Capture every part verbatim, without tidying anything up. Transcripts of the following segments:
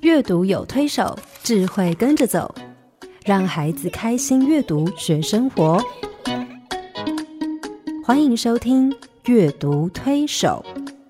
阅读有推手，智慧跟着走，让孩子开心阅读学生活。欢迎收听阅读推手。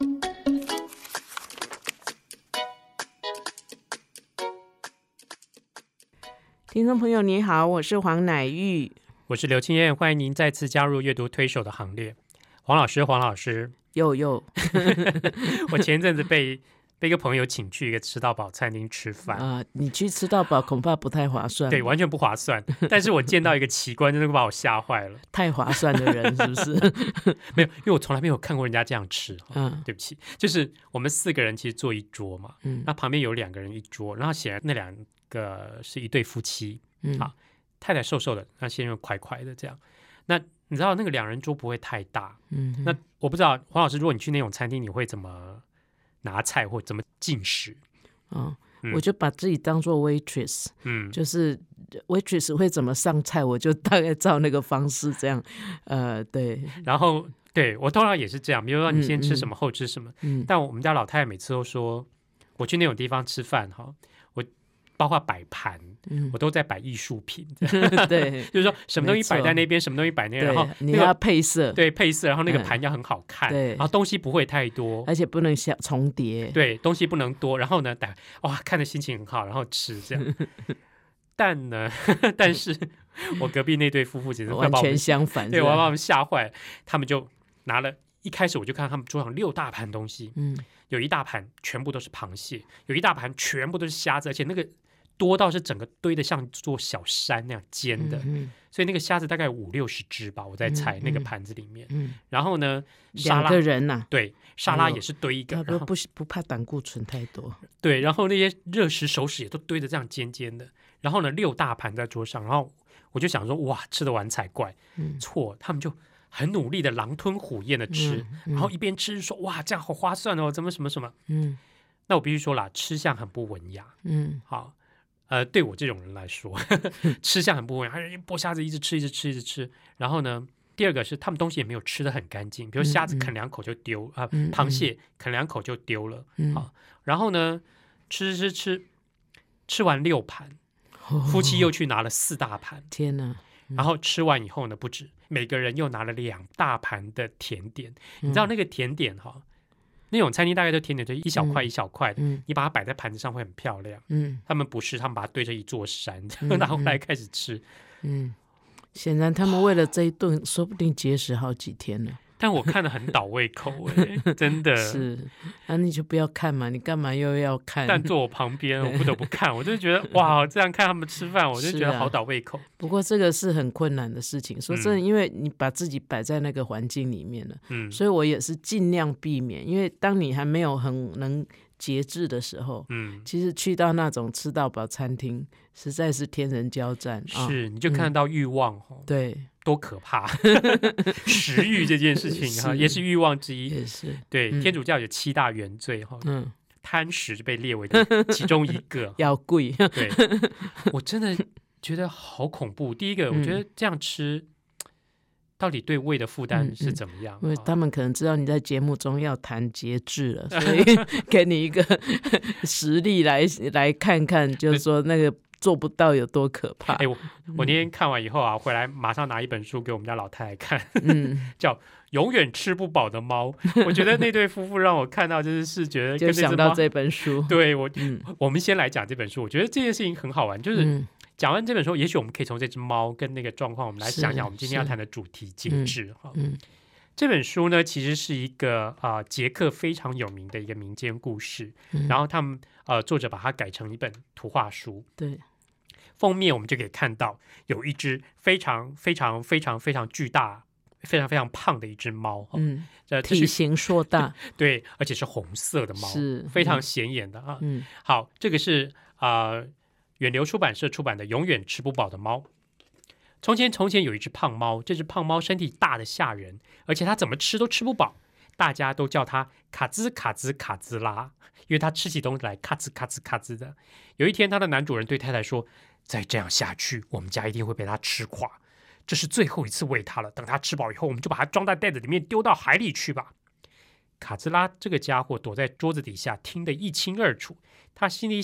听众朋友你好，我是黄乃玉， 我是刘清燕，欢迎您再次加入阅读推手的行列。黄老师，黄老师， 又又， 我前一阵子被被一个朋友请去一个吃到饱餐厅吃饭啊、呃，你去吃到饱恐怕不太划算， 对，完全不划算。但是我见到一个奇观，真的把我吓坏了。 太划算的人是不是？ 没有，因为我从来没有看过人家这样吃。 嗯， 对不起，就是我们四个人其实坐一桌嘛， 嗯， 那旁边有两个人一桌，然后显然那两个是一对夫妻，嗯，啊，太太瘦瘦的，那先生快快的这样。那你知道那个两人桌不会太大，嗯，那我不知道黄老师，如果你去那种餐厅，你会怎么拿菜或怎么进食？ 哦嗯、我就把自己当做 waitress， 嗯，就是 waitress 会怎么上菜，我就大概照那个方式这样，呃，对。 然后对我通常也是这样，比如说你先吃什么，嗯、后吃什么，嗯。但我们家老太太每次都说，我去那种地方吃饭哈，我包括摆盘，嗯、我都在摆艺术品， 对， 就是说什么东西摆在那边，什么东西摆那边，然后、那个、 你要配色， 对，配色，然后那个盘要很好看， 对， 然后东西不会太多， 而且不能相重叠， 对，东西不能多，然后呢，哇，看的心情很好，然后吃这样。但呢，但是我隔壁那对夫妇简直完全相反， 对，我要把他们吓坏，他们就拿了。一开始我就看到他们桌上六大盘东西，嗯，有一大盘全部都是螃蟹，有一大盘全部都是虾子，而且那个多到是整个堆得像座小山那样尖的，嗯嗯，所以那个虾子大概五六十只吧，我在猜、嗯、那个盘子里面。嗯、然后呢， 两个人呐、啊， 对，沙拉也是堆一个， 哎、不不不怕胆固醇太多。 对，然后那些热食熟食也都堆得这样尖尖的。然后呢，六大盘在桌上，然后我就想说，哇，吃得完才怪。嗯、错，他们就很努力的狼吞虎咽的吃，嗯嗯、然后一边吃说，哇，这样好划算哦，怎么什么什么。嗯，那我必须说啦，吃相很不文雅。嗯，好。呃，对我这种人来说，呵呵吃相很不稳，还是剥虾子一直吃，一直吃，一直吃。然后呢，第二个是他们东西也没有吃得很干净，比如虾子啃两口就丢啊、嗯呃，螃蟹啃两口就丢了、嗯、啊。然后呢，吃吃吃，吃完六盘，哦、夫妻又去拿了四大盘， 天哪！ 嗯、然后吃完以后呢，不止，每个人又拿了两大盘的甜点。嗯、你知道那个甜点哈？那种餐厅大概都甜点就一小块一小块的、嗯、你把它摆在盘子上会很漂亮、嗯、他们不是，他们把它堆成一座山、嗯、然后来开始吃。 嗯，显然他们为了这一顿说不定节食好几天了。 但我看得很倒胃口、欸、真的是，那、啊、你就不要看嘛，你干嘛又要看？ 但坐我旁边我不得不看，我就觉得哇，这样看他们吃饭我就觉得好倒胃口、啊、 不过这个是很困难的事情，说真的、嗯、因为你把自己摆在那个环境里面了、嗯、所以我也是尽量避免，因为当你还没有很能节制的时候，嗯，其实去到那种吃到饱餐厅实在是天人交战， 是、哦、你就看得到欲望、嗯、 对， 多可怕食欲这件事情是也是欲望之一， 也是对、嗯、天主教有七大原罪、嗯、贪食就被列为其中一个要贵对，我真的觉得好恐怖。第一个我觉得这样吃、嗯、到底对胃的负担是怎么样、 嗯嗯、因为他们可能知道你在节目中要谈节制了，所以给你一个实例来来看看，就是说那个做不到有多可怕。 欸、我, 我那天看完以后啊，回来马上拿一本书给我们家老太太看，嗯、叫永远吃不饱的猫。我觉得那对夫妇让我看到就是是觉得跟就想到这本书。 对我、嗯、我们先来讲这本书，我觉得这件事情很好玩，就是讲完这本书，也许我们可以从这只猫跟那个状况，我们来想想我们今天要谈的主题节制、嗯嗯、这本书呢其实是一个、呃、捷克非常有名的一个民间故事、嗯、然后他们、呃、作者把它改成一本图画书。 对， 封面我们就可以看到有一只非常非常非常非常巨大非常非常胖的一只猫、 嗯呃、体型硕大对，而且是红色的猫， 是非常显眼的、啊嗯、好，这个是、呃、远流出版社出版的永远吃不饱的猫。从前从前有一只胖猫，这只胖猫身体大得吓人，而且它怎么吃都吃不饱，大家都叫它卡兹卡兹卡兹拉，因为它吃起东西来咔吱咔吱咔吱的。有一天他的男主人对太太说，再这样下去我们家一定会被它吃垮，这是最后一次喂它了，等它吃饱以后我们就把它装在袋子里面丢到海里去吧。卡兹拉这个家伙躲在桌子底下听得一清二楚，他心里想，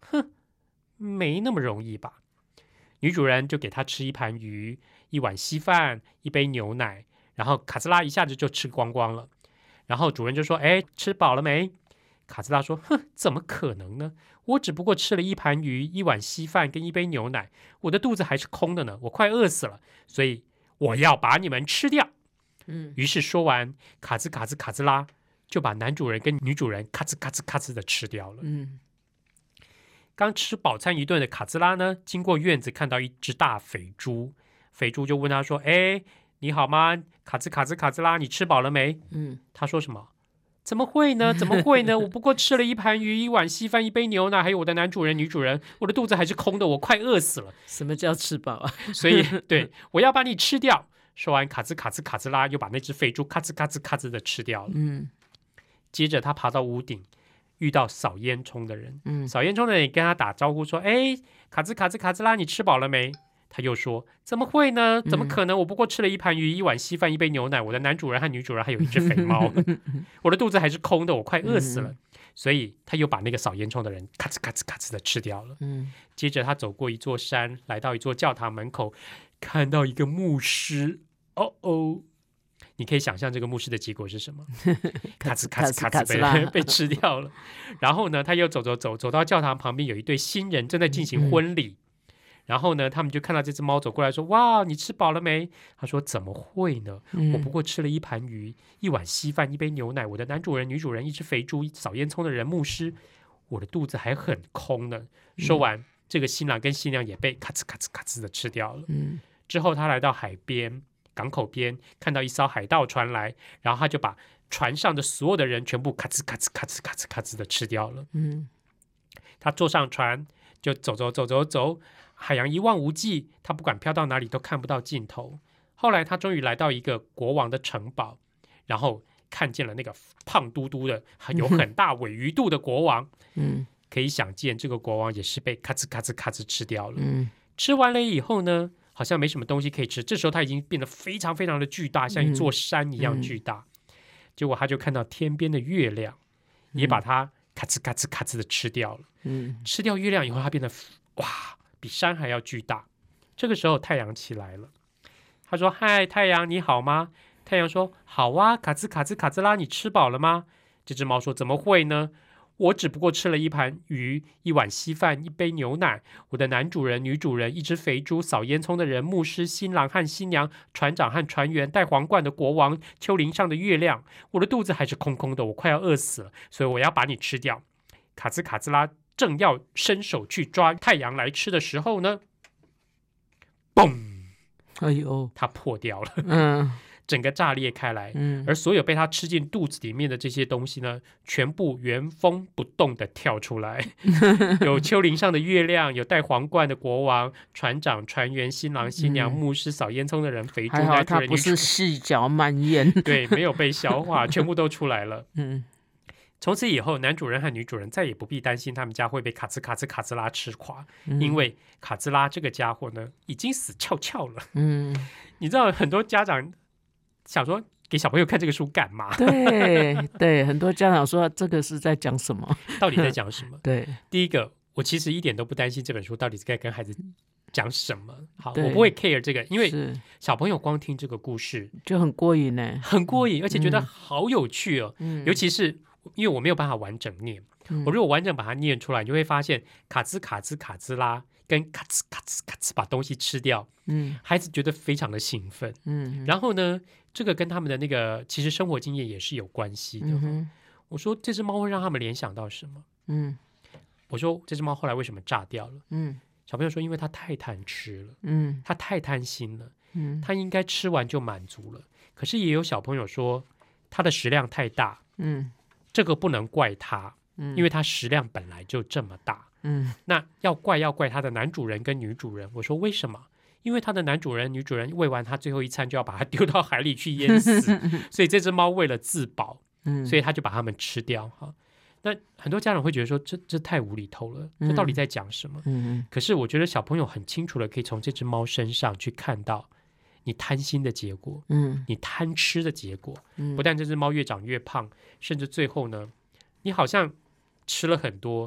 哼，没那么容易吧。女主人就给他吃一盘鱼，一碗稀饭，一杯牛奶，然后卡兹拉一下子就吃光光了。然后主人就说：哎，吃饱了没？卡兹拉说：哼，怎么可能呢？我只不过吃了一盘鱼，一碗稀饭跟一杯牛奶，我的肚子还是空的呢，我快饿死了，所以我要把你们吃掉。嗯，于是说完，卡兹卡兹卡兹拉就把男主人跟女主人咔吱咔吱咔吱的吃掉了。嗯，刚吃饱餐一顿的卡兹拉呢，经过院子看到一只大肥猪，肥猪就问他说：哎，你好吗？卡兹卡兹卡兹拉，你吃饱了没？嗯，他说什么？怎么会呢？怎么会呢？我不过吃了一盘鱼，一碗稀饭，一杯牛奶，还有我的男主人、女主人，我的肚子还是空的，我快饿死了。 什么叫吃饱啊？ 所以，对，我要把你吃掉。说完，卡兹卡兹卡兹拉又把那只肥猪咔吱咔吱咔吱的吃掉了。嗯，接着他爬到屋顶，遇到扫烟囱的人。嗯，扫烟囱的人也跟他打招呼说：哎，卡兹卡兹卡兹拉，你吃饱了没？他又说：怎么会呢？怎么可能？我不过吃了一盘鱼，一碗稀饭，一杯牛奶，我的男主人和女主人还有一只肥猫，我的肚子还是空的，我快饿死了。所以他又把那个扫烟囱的人咔吱咔吱咔吱的吃掉了。嗯，接着他走过一座山，来到一座教堂门口，看到一个牧师。哦哦，你可以想象这个牧师的结果是什么？咔吱咔吱咔吱被被吃掉了。然后呢，他又走走走走到教堂旁边，有一对新人正在进行婚礼。嗯，然后呢，他们就看到这只猫走过来说：哇，你吃饱了没？他说：怎么会呢？我不过吃了一盘鱼，一碗稀饭，一杯牛奶，我的男主人、女主人，一只肥猪，扫烟囱的人牧师，我的肚子还很空呢。说完，这个新郎跟新娘也被咔吱咔吱咔吱的吃掉了。嗯，之后他来到海边港口边，看到一艘海盗船来，然后他就把船上的所有的人全部咔吱咔吱咔吱咔吱咔吱的吃掉了。嗯，他坐上船就走走走走走，海洋一望无际，他不管飘到哪里都看不到尽头。后来他终于来到一个国王的城堡，然后看见了那个胖嘟嘟的有很大尾鱼肚的国王。嗯，可以想见这个国王也是被咔吱咔吱咔吱吃掉了。嗯，吃完了以后呢，好像没什么东西可以吃，这时候他已经变得非常非常的巨大，像一座山一样巨大。嗯，结果他就看到天边的月亮，也把它咔吱咔吱咔吱的吃掉了。嗯，吃掉月亮以后，它变得哇，比山还要巨大。这个时候太阳起来了，他说：嗨，太阳你好吗？太阳说：好啊，卡兹卡兹卡兹拉，你吃饱了吗？这只猫说：怎么会呢？我只不过吃了一盘鱼，一碗稀饭，一杯牛奶，我的男主人、女主人，一只肥猪，扫烟囱的人，牧师，新郎和新娘，船长和船员，戴皇冠的国王，丘陵上的月亮，我的肚子还是空空的，我快要饿死了，所以我要把你吃掉。卡兹卡兹拉正要伸手去抓太阳来吃的时候呢，嘣！ 哎呦， 它破掉了。嗯。整个炸裂开来，嗯，而所有被他吃进肚子里面的这些东西呢，全部原封不动的跳出来。有丘陵上的月亮，有戴皇冠的国王、船长、船员、新郎、新娘、牧师、扫烟囱的人、肥猪， 还好他不是细嚼慢咽， 对，没有被消化，全部都出来了。嗯，从此以后，男主人和女主人再也不必担心他们家会被卡兹卡兹卡兹拉吃垮，嗯，因为卡兹拉这个家伙呢，已经死翘翘了。嗯，你知道很多家长想说给小朋友看这个书干嘛？ 对对，很多家长说这个是在讲什么？ 到底在讲什么？ 对， 第一个，我其实一点都不担心这本书到底是该跟孩子讲什么。好，我不会 care 这个，因为小朋友光听这个故事就很过瘾呢， 很过瘾，而且觉得好有趣哦。嗯，尤其是因为我没有办法完整念，嗯，我如果完整把它念出来，你就会发现卡兹卡兹卡兹拉跟咔哧咔哧咔哧把东西吃掉，嗯，孩子觉得非常的兴奋，嗯，然后呢，这个跟他们的那个其实生活经验也是有关系的。嗯，我说这只猫会让他们联想到什么？嗯，我说这只猫后来为什么炸掉了？嗯，小朋友说因为它太贪吃了，嗯，它太贪心了，嗯，它应该吃完就满足了。可是也有小朋友说它的食量太大，嗯，这个不能怪它，嗯，因为它食量本来就这么大。嗯，那要怪要怪他的男主人跟女主人。我说为什么？因为他的男主人女主人喂完他最后一餐就要把他丢到海里去淹死，所以这只猫为了自保，嗯，所以他就把它们吃掉哈。那很多家长会觉得说这这太无厘头了，这到底在讲什么？嗯，可是我觉得小朋友很清楚的可以从这只猫身上去看到你贪心的结果，嗯，你贪吃的结果，嗯，不但这只猫越长越胖，甚至最后呢，你好像吃了很多。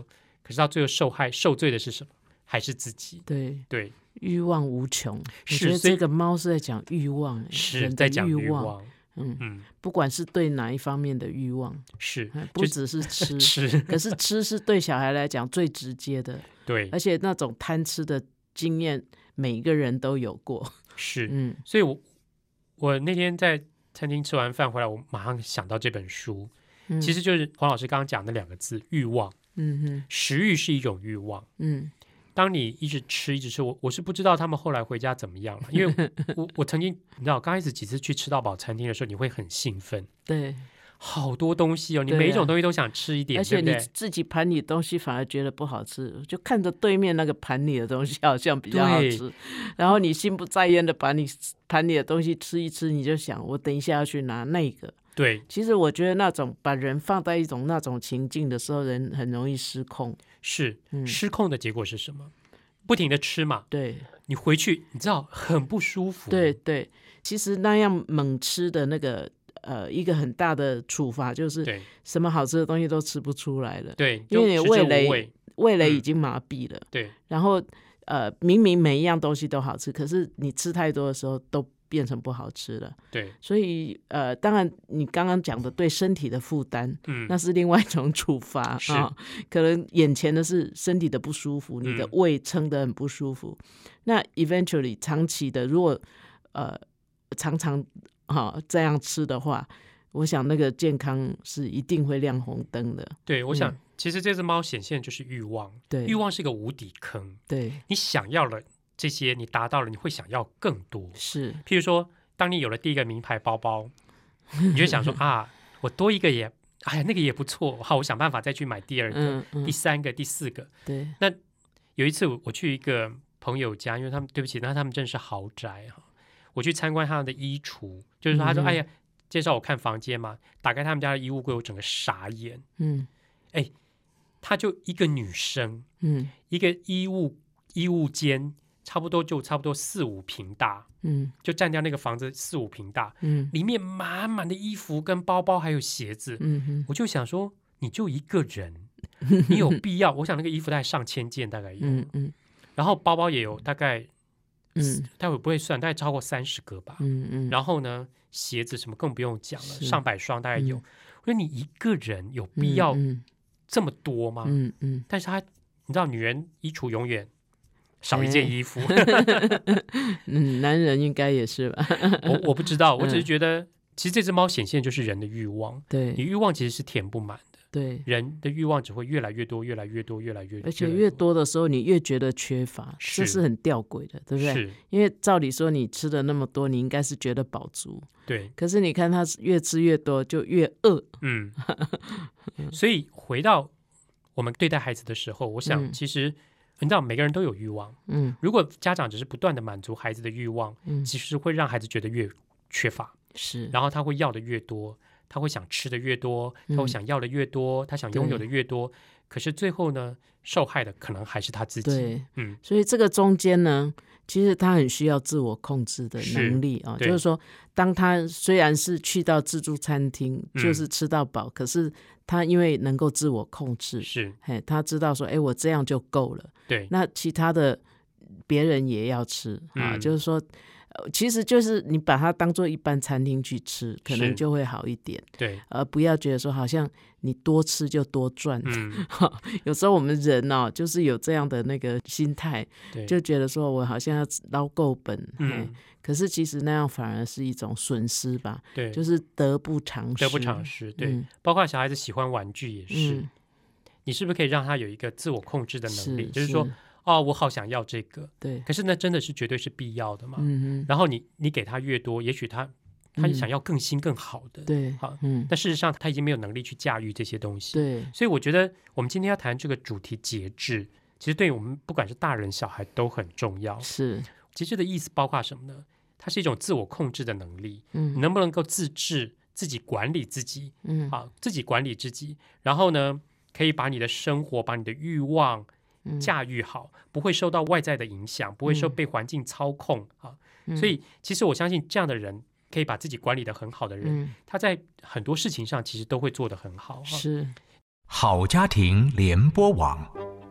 可是到最后受害受罪的是什么？还是自己。 对对， 欲望无穷。 是， 我觉得这个猫是在讲欲望， 是在讲欲望。 嗯嗯，不管是对哪一方面的欲望， 是不只是吃吃， 可是吃是对小孩来讲最直接的。 对， 而且那种贪吃的经验，每一个人都有过。 是，嗯，所以我我那天在餐厅吃完饭回来，我马上想到这本书，嗯、其实就是黄老师刚刚讲的两个字：欲望。嗯哼，食欲是一种欲望。嗯。当你一直吃一直吃，我我是不知道他们后来回家怎么样了，因为我我曾经你知道，刚开始几次去吃到饱餐厅的时候，你会很兴奋， 对， 好多东西哦，你每一种东西都想吃一点， 啊、而且你对对自己盘里的东西反而觉得不好吃，就看着对面那个盘里的东西好像比较好吃，然后你心不在焉的把你盘里的东西吃一吃，你就想我等一下要去拿那个。 对， 其实我觉得那种把人放在一种那种情境的时候，人很容易失控。 是，嗯、失控的结果是什么？不停的吃嘛， 对， 你回去你知道很不舒服。 对对，其实那样猛吃的那个呃一个很大的处罚就是什么好吃的东西都吃不出来了。 对， 因为你味蕾味味蕾已经麻痹了。 嗯、对， 然后呃明明每一样东西都好吃，可是你吃太多的时候都变成不好吃了。 对， 所以呃，当然你刚刚讲的对身体的负担，嗯，那是另外一种处罚啊、哦。可能眼前的是身体的不舒服，你的胃撑得很不舒服。嗯、那 eventually 长期的，如果呃常常哈、哦、这样吃的话，我想那个健康是一定会亮红灯的。 对，我想、嗯、其实这只猫显现就是欲望， 对， 欲望是个无底坑。 对， 你想要了。这些你达到了，你会想要更多。 是， 譬如说，当你有了第一个名牌包包，你就想说啊，我多一个也，哎呀，那个也不错。好，我想办法再去买第二个、嗯嗯、第三个、第四个。 对。 那有一次我去一个朋友家，因为他们对不起，那他们真是豪宅哈。我去参观他们的衣橱，就是说，他说，嗯、哎呀，介绍我看房间嘛，打开他们家的衣物柜，我整个傻眼。嗯。哎，他就一个女生，嗯，一个衣物衣物间。差不多就差不多四五坪大，嗯，就占掉那个房子四五坪大，嗯，里面满满的衣服跟包包还有鞋子，嗯哼，我就想说，你就一个人，你有必要？我想那个衣服大概上千件，大概有，嗯嗯，然后包包也有大概，嗯，待会不会算，大概超过三十个吧，嗯嗯，然后呢，鞋子什么更不用讲了，上百双大概有。嗯、我说你一个人有必要这么多吗？嗯嗯，但是他，你知道，女人衣橱永远。少一件衣服， 嗯，男人应该也是吧？ 我我不知道，我只是觉得，嗯、其实这只猫显现就是人的欲望。 对， 你欲望其实是填不满的。 对， 人的欲望只会越来越多，越来越多，越来越多， 而且越多的时候，你越觉得缺乏，这是很吊诡的，对不对？ 是， 因为照理说，你吃的那么多，你应该是觉得饱足。 对， 可是你看它越吃越多，就越饿。 嗯，所以回到我们对待孩子的时候，我想其实。嗯你知道每个人都有欲望，嗯，如果家长只是不断的满足孩子的欲望，嗯，其实会让孩子觉得越缺乏， 是， 然后他会要的越多，他会想吃的越多，他会想要的越多，嗯、他想拥有的越多，可是最后呢，受害的可能还是他自己， 对，嗯，所以这个中间呢，其实他很需要自我控制的能力啊、哦，就是说，当他虽然是去到自助餐厅，就是吃到饱，嗯、可是他因为能够自我控制， 是， 嘿，他知道说，哎，我这样就够了。 对， 那其他的别人也要吃啊，嗯、就是说，其实就是你把它当做一般餐厅去吃，可能就会好一点。 对， 而不要觉得说好像你多吃就多赚。嗯，有时候我们人哦，就是有这样的那个心态，就觉得说我好像要捞够本。嗯，可是其实那样反而是一种损失吧。 对， 就是得不偿失。 得不偿失，对。嗯、包括小孩子喜欢玩具也是。嗯，你是不是可以让他有一个自我控制的能力？是就是说，哦，我好想要这个， 对， 可是那真的是绝对是必要的嘛？嗯、然后你你给他越多，也许他他想要更新更好的， 对， 好，嗯，但事实上他已经没有能力去驾驭这些东西， 对， 所以我觉得我们今天要谈这个主题节制，其实对于我们不管是大人小孩都很重要。 是， 节制的意思包括什么呢？它是一种自我控制的能力，嗯，你能不能够自制，自己管理自己，嗯，好，自己管理自己，然后呢？可以把你的生活，把你的欲望驾驭好，嗯、不会受到外在的影响，不会受被环境操控、嗯、啊。所以，其实我相信这样的人，可以把自己管理得很好的人，嗯、他在很多事情上其实都会做得很好。 是好家庭联播网，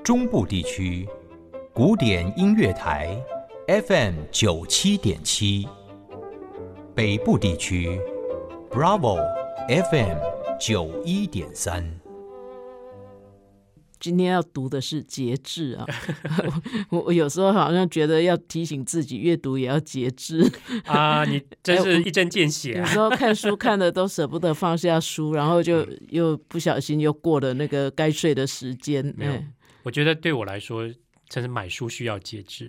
中部地区古典音乐台 F M 九七点七，北部地区 Bravo F M 九一点三。 今天要读的是节制啊我，我有时候好像觉得要提醒自己，阅读也要节制啊！你真是一针见血、啊。 有时候看书看的都舍不得放下书，然后就又不小心又过了那个该睡的时间。 没有，欸、我觉得对我来说，真是买书需要节制。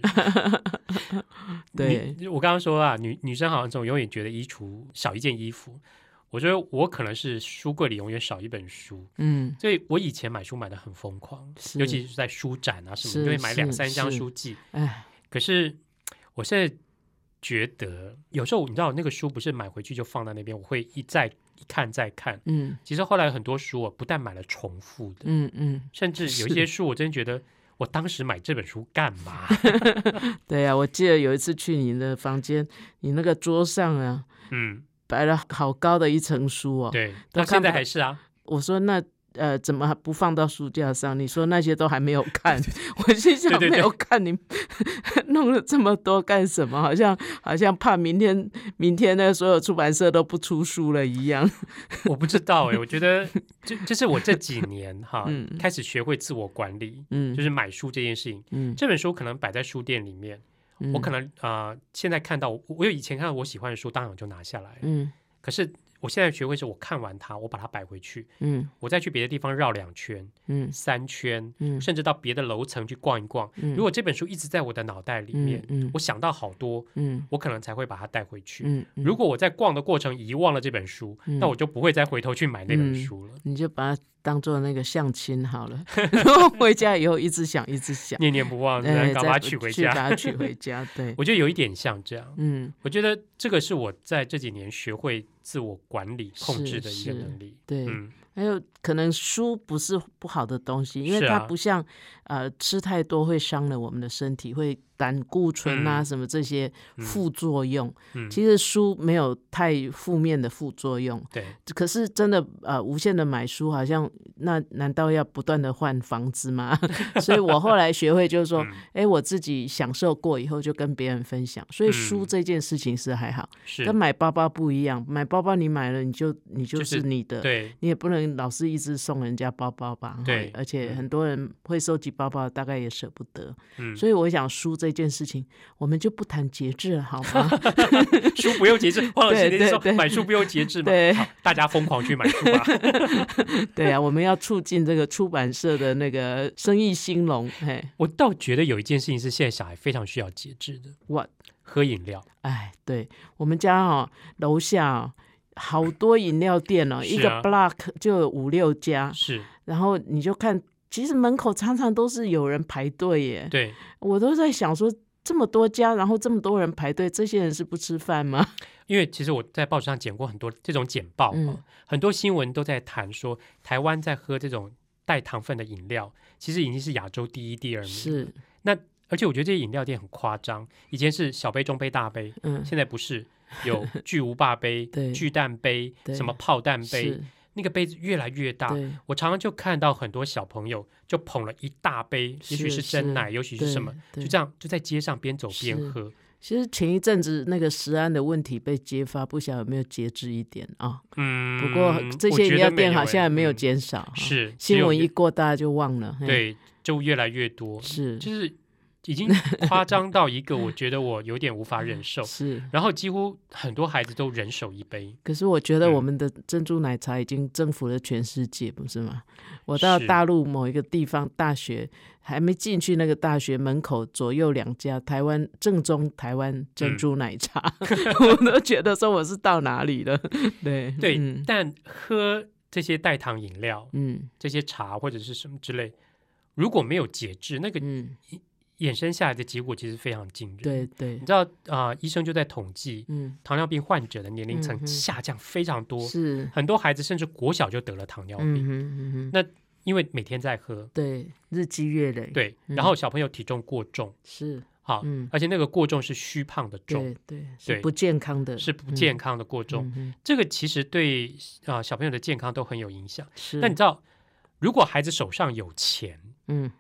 对， 我刚刚说啊，女女生好像总永远觉得衣橱少一件衣服。我觉得我可能是书柜里永远少一本书，嗯，所以我以前买书买的很疯狂，尤其是在书展啊什么，就会买两三箱书寄。哎，可是我现在觉得，有时候你知道，那个书不是买回去就放在那边，我会一再一看再看。嗯，其实后来很多书我不但买了重复的，嗯嗯，甚至有一些书我真的觉得，我当时买这本书干嘛？ 对呀、啊，我记得有一次去你的房间，你那个桌上啊，嗯。摆了好高的一层书哦， 对，到现在还是啊。 我说那呃怎么不放到书架上？你说那些都还没有看，我心想没有看，你弄了这么多干什么？好像好像怕明天明天那所有出版社都不出书了一样。 我不知道哎、欸，我觉得这这是我这几年哈、嗯、开始学会自我管理，嗯，就是买书这件事情。嗯，这本书可能摆在书店里面。我可能啊、呃，现在看到我，我有以前看到我喜欢的书，当然我就拿下来。嗯，可是我现在学会是，我看完它，我把它摆回去。嗯，我再去别的地方绕两圈，嗯，三圈，嗯，甚至到别的楼层去逛一逛。嗯，如果这本书一直在我的脑袋里面，嗯，我想到好多，嗯，我可能才会把它带回去。嗯，嗯如果我在逛的过程遗忘了这本书，嗯、那我就不会再回头去买那本书了。 嗯、你就把它当做那个相亲好了，然后回家以后一直想一直想， 念念不忘，然后把它取回家， 把它取回家。对， 我觉得有一点像这样。嗯，我觉得这个是我在这几年学会自我管理、控制的一个能力。 对，嗯，还有可能书不是不好的东西，因为它不像、啊、呃吃太多会伤了我们的身体，会胆固醇啊、嗯、什么这些副作用、嗯。其实书没有太负面的副作用。 对， 可是真的呃无限的买书，好像那难道要不断的换房子吗？所以我后来学会就是说，哎、嗯，我自己享受过以后就跟别人分享。所以书这件事情是还好，嗯、跟买包包不一样。买包包你买了你就你就是你的， 就是、对， 你也不能老是一直送人家包包吧？ 对， 而且很多人会收集包包，大概也舍不得。嗯，所以我想书这件事情，我们就不谈节制了，好吗？ 书不用节制，黄老师那说买书不用节制嘛？ 对， 好，大家疯狂去买书吧。 对啊，我们要促进这个出版社的那个生意兴隆。嘿， 我倒觉得有一件事情是现在小孩非常需要节制的。 What？ 喝饮料。 哎，对，我们家哦楼下哦好多饮料店哦，啊、一个 block 就有五六家。 是， 然后你就看，其实门口常常都是有人排队耶。 对， 我都在想说，这么多家，然后这么多人排队，这些人是不吃饭吗？ 因为其实我在报纸上剪过很多这种简报、嗯、很多新闻都在谈说，台湾在喝这种带糖分的饮料，其实已经是亚洲第一、第二名。 是， 那而且我觉得这些饮料店很夸张，以前是小杯、中杯、大杯，嗯，现在不是，有巨无霸杯、巨蛋杯、什么炮弹杯。那个杯子越来越大，我常常就看到很多小朋友就捧了一大杯，也许是珍奶，也许是什么，就这样就在街上边走边喝。 其实前一阵子那个食安的问题被揭发，不晓得有没有节制一点啊？嗯，不过这些饮料店好像也没有减少，嗯、 是新闻一过大家就忘了， 对，就越来越多， 是就是已经夸张到一个我觉得我有点无法忍受， 是， 然后几乎很多孩子都人手一杯。 可是我觉得我们的珍珠奶茶已经征服了全世界，不是吗？我到大陆某一个地方大学，还没进去那个大学门口左右两家台湾正宗台湾珍珠奶茶、嗯、我都觉得说我是到哪里了。对对、嗯、但喝这些代糖饮料，嗯，这些茶或者是什么之类，如果没有节制，那个嗯衍生下来的结果其实非常惊人。 对对， 你知道啊、呃，医生就在统计，嗯，糖尿病患者的年龄层下降非常多，是、嗯、很多孩子甚至国小就得了糖尿病。嗯哼嗯哼，那因为每天在喝， 对，日积月累， 对，然后小朋友体重过重， 是好、嗯，而且那个过重是虚胖的重， 对对，是不健康的， 是不健康的过重。嗯、这个其实对啊、呃、小朋友的健康都很有影响。 是， 那你知道，如果孩子手上有钱，嗯。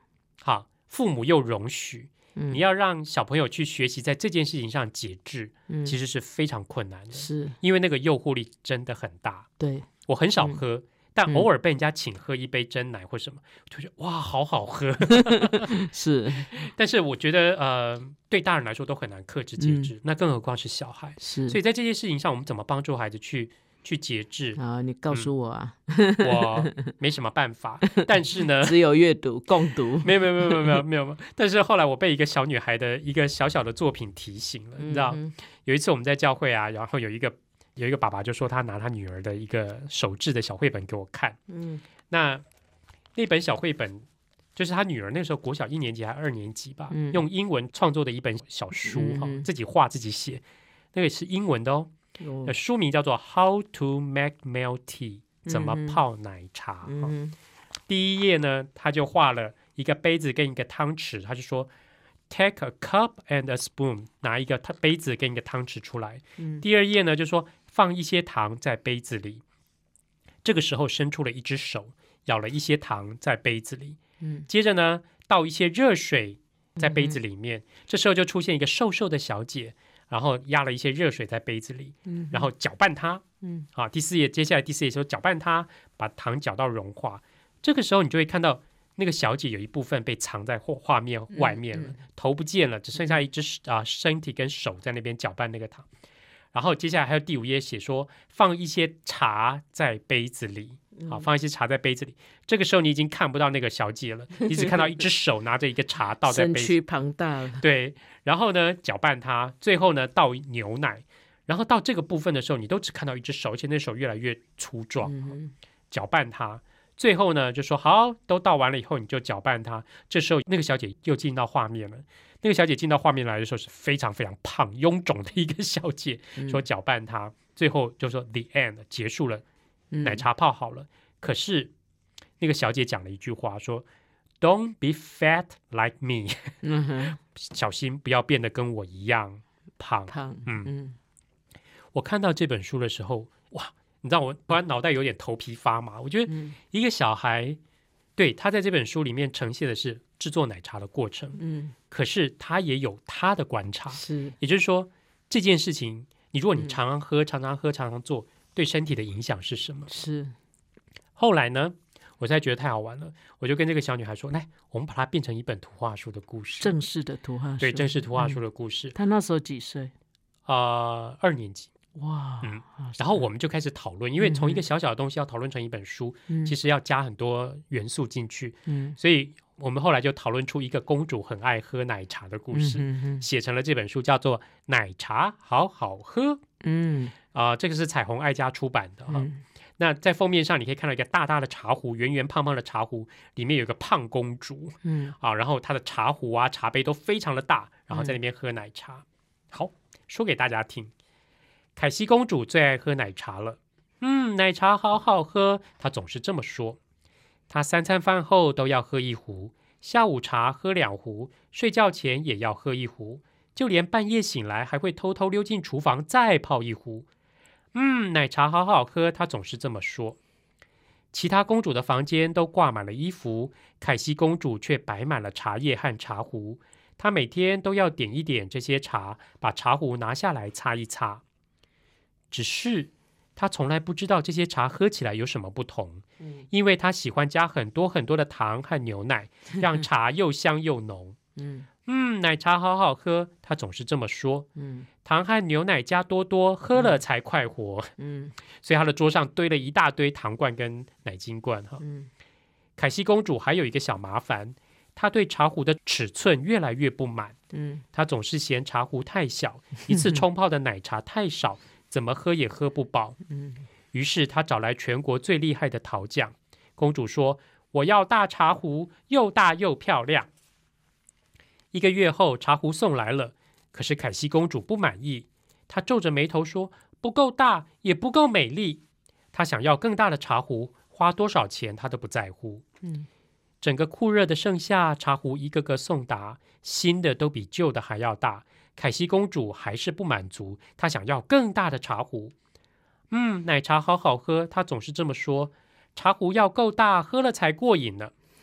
好，父母又容许，嗯、你要让小朋友去学习在这件事情上节制，嗯、其实是非常困难的， 是因为那个诱惑力真的很大。 对， 我很少喝。嗯，但偶尔被人家请喝一杯珍奶或什么，我就觉得哇，好好喝。 是， 但是我觉得呃，对大人来说都很难克制节制，嗯、那更何况是小孩。 是， 所以在这件事情上，我们怎么帮助孩子去去节制啊？你告诉我啊， 嗯、我没什么办法。但是呢， 只有阅读共读。 没有没有没有没有没有没有。但是后来我被一个小女孩的一个小小的作品提醒了，嗯、你知道，有一次我们在教会啊，然后有一个。有一个爸爸就说他拿他女儿的一个手制的小绘本给我看，嗯，那那本小绘本就是他女儿那时候国小一年级还二年级吧，嗯、用英文创作的一本小书哈、嗯哦，自己画自己写，那个是英文的哦，哦书名叫做 How to Make Milk Tea， 怎么泡奶茶、嗯哦、第一页呢，他就画了一个杯子跟一个汤匙，他就说Take a cup and a spoon， 拿一个杯子跟一个汤匙出来。嗯、第二页呢，就说放一些糖在杯子里。这个时候伸出了一只手，舀了一些糖在杯子里。嗯、接着呢，倒一些热水在杯子里面。嗯、这时候就出现一个瘦瘦的小姐，然后压了一些热水在杯子里，嗯、然后搅拌它。嗯、啊，第四页，接下来第四页说搅拌它，把糖搅到融化。这个时候你就会看到。那个小姐有一部分被藏在画面外面了，嗯嗯、头不见了，只剩下一只啊身体跟手在那边搅拌那个糖。然后接下来还有第五页写说放一些茶在杯子里，好，放一些茶在杯子里。这个时候你已经看不到那个小姐了，你只看到一只手拿着一个茶倒在杯子里， 身躯庞大了。对， 然后呢搅拌它，最后呢倒牛奶，然后到这个部分的时候，你都只看到一只手，而且那手越来越粗壮，嗯、搅拌它。最后呢，就说好，都倒完了以后，你就搅拌它。这时候，那个小姐又进到画面了。那个小姐进到画面来的时候，是非常非常胖、臃肿的一个小姐，嗯、说搅拌它。最后就说 the end 结束了，奶茶泡好了。嗯、可是那个小姐讲了一句话，说 "Don't be fat like me"，嗯、小心不要变得跟我一样胖。 胖， 嗯嗯。我看到这本书的时候，哇！你知道我突然脑袋有点头皮发麻，我觉得一个小孩，嗯、对他在这本书里面呈现的是制作奶茶的过程，嗯，可是他也有他的观察， 是， 也就是说这件事情，你如果你常常喝、嗯、常常喝、常常做，对身体的影响是什么？ 是。 后来呢，我才觉得太好玩了，我就跟这个小女孩说：“来，我们把它变成一本图画书的故事， 正式的图画书， 对，正式图画书的故事。嗯” 他那时候几岁？ 啊、呃，二年级。 哇， 嗯，然后我们就开始讨论，因为从一个小小的东西要讨论成一本书，嗯、其实要加很多元素进去，嗯，所以我们后来就讨论出一个公主很爱喝奶茶的故事，嗯、哼哼写成了这本书，叫做《奶茶好好喝》，嗯，啊、呃，这个是彩虹爱家出版的哈。嗯、那在封面上你可以看到一个大大的茶壶，圆圆胖胖的茶壶，里面有一个胖公主，嗯，啊，然后她的茶壶啊、茶杯都非常的大，然后在那边喝奶茶。嗯、好，说给大家听。凯西公主最爱喝奶茶了，嗯，奶茶好好喝，她总是这么说。她三餐饭后都要喝一壶，下午茶喝两壶，睡觉前也要喝一壶，就连半夜醒来还会偷偷溜进厨房再泡一壶。嗯，奶茶好好喝，她总是这么说。其他公主的房间都挂满了衣服，凯西公主却摆满了茶叶和茶壶。她每天都要点一点这些茶，把茶壶拿下来擦一擦。只是他从来不知道这些茶喝起来有什么不同，嗯、因为他喜欢加很多很多的糖和牛奶，让茶又香又浓。嗯, 嗯，奶茶好好喝，他总是这么说。嗯，糖和牛奶加多多，喝了才快活。嗯，所以他的桌上堆了一大堆糖罐跟奶精罐。哈，嗯，凯西公主还有一个小麻烦，她对茶壶的尺寸越来越不满。嗯，她总是嫌茶壶太小，一次冲泡的奶茶太少。怎么喝也喝不饱，嗯，于是他找来全国最厉害的陶匠。公主说：“我要大茶壶，又大又漂亮。”一个月后，茶壶送来了，可是凯西公主不满意，她皱着眉头说：“不够大，也不够美丽。”她想要更大的茶壶，花多少钱她都不在乎。嗯，整个酷热的盛夏，茶壶一个个送达，新的都比旧的还要大。凯西公主还是不满足，她想要更大的茶壶。嗯，奶茶好好喝，她总是这么说。茶壶要够大，喝了才过瘾呢。